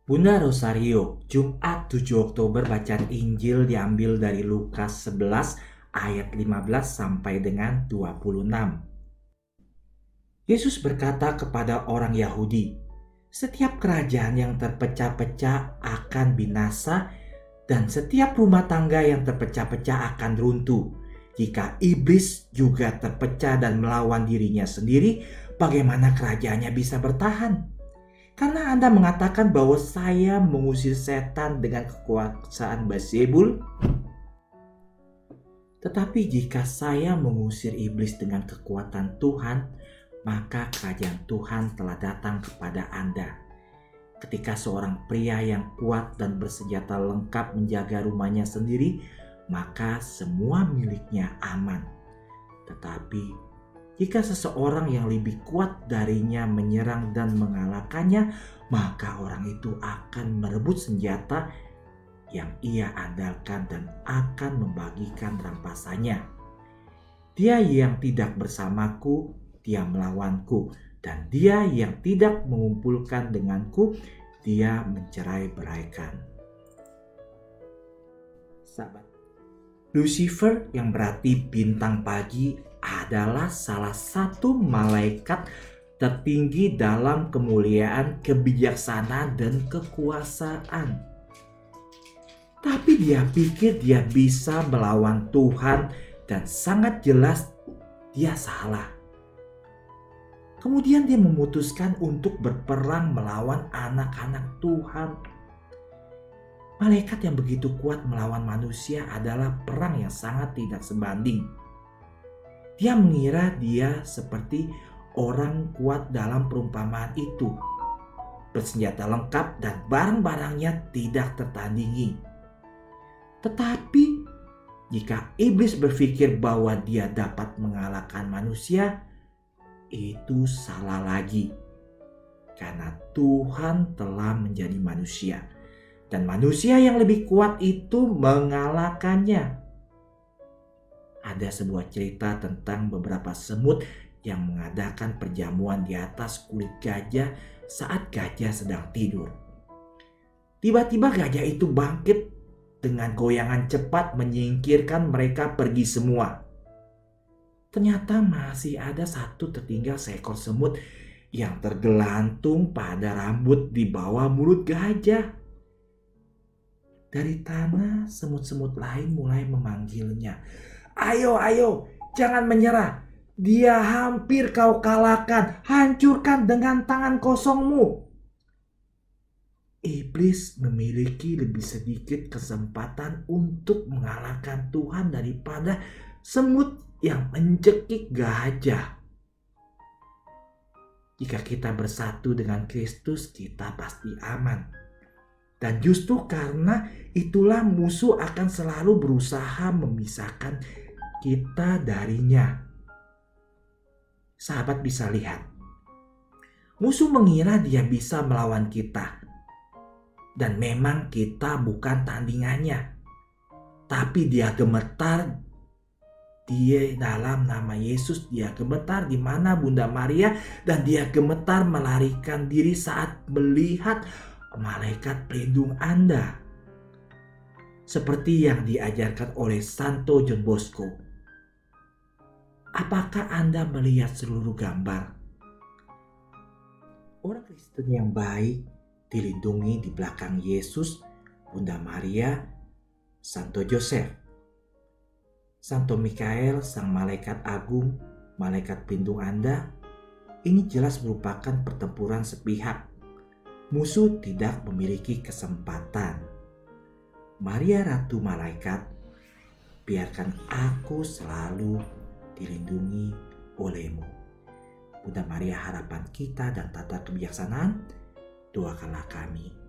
Bunda Rosario, Jumat 7 Oktober bacaan Injil diambil dari Lukas 11 ayat 15 sampai dengan 26. Yesus berkata kepada orang Yahudi, "Setiap kerajaan yang terpecah-pecah akan binasa dan setiap rumah tangga yang terpecah-pecah akan runtuh. Jika iblis juga terpecah dan melawan dirinya sendiri, bagaimana kerajaannya bisa bertahan? Karena Anda mengatakan bahwa saya mengusir setan dengan kekuasaan Beelzebul. Tetapi jika saya mengusir iblis dengan kekuatan Tuhan, maka kerajaan Tuhan telah datang kepada Anda. Ketika seorang pria yang kuat dan bersenjata lengkap menjaga rumahnya sendiri, maka semua miliknya aman. Tetapi jika seseorang yang lebih kuat darinya menyerang dan mengalahkannya, maka orang itu akan merebut senjata yang ia andalkan dan akan membagikan rampasannya. Dia yang tidak bersamaku, dia melawanku, dan dia yang tidak mengumpulkan denganku, dia mencerai-beraikan." Sahabat, Lucifer yang berarti bintang pagi adalah salah satu malaikat tertinggi dalam kemuliaan, kebijaksanaan, dan kekuasaan. Tapi dia pikir dia bisa melawan Tuhan dan sangat jelas dia salah. Kemudian dia memutuskan untuk berperang melawan anak-anak Tuhan. Malaikat yang begitu kuat melawan manusia adalah perang yang sangat tidak sebanding. Dia mengira dia seperti orang kuat dalam perumpamaan itu, bersenjata lengkap dan barang-barangnya tidak tertandingi. Tetapi jika iblis berpikir bahwa dia dapat mengalahkan manusia, itu salah lagi. Karena Tuhan telah menjadi manusia, dan manusia yang lebih kuat itu mengalahkannya. Ada sebuah cerita tentang beberapa semut yang mengadakan perjamuan di atas kulit gajah saat gajah sedang tidur. Tiba-tiba gajah itu bangkit dengan goyangan cepat menyingkirkan mereka pergi semua. Ternyata masih ada satu tertinggal seekor semut yang tergelantung pada rambut di bawah mulut gajah. Dari tanah, semut-semut lain mulai memanggilnya, "Ayo, ayo, jangan menyerah. Dia hampir kau kalahkan. Hancurkan dengan tangan kosongmu." Iblis memiliki lebih sedikit kesempatan untuk mengalahkan Tuhan daripada semut yang mencekik gajah. Jika kita bersatu dengan Kristus, kita pasti aman. Dan justru karena itulah musuh akan selalu berusaha memisahkan kita darinya. Sahabat bisa lihat, musuh mengira dia bisa melawan kita. Dan memang kita bukan tandingannya. Tapi dia gemetar, dia dalam nama Yesus, dia gemetar di mana Bunda Maria, dan dia gemetar melarikan diri saat melihat malaikat pelindung Anda. Seperti yang diajarkan oleh Santo John Bosco. Apakah Anda melihat seluruh gambar? Orang Kristen yang baik dilindungi di belakang Yesus, Bunda Maria, Santo Joseph, Santo Mikael, sang malaikat agung, malaikat pelindung Anda. Ini jelas merupakan pertempuran sepihak. Musuh tidak memiliki kesempatan. Maria Ratu Malaikat, biarkan aku selalu dilindungi olehmu. Bunda Maria, harapan kita dan tata kebijaksanaan, doakanlah kami.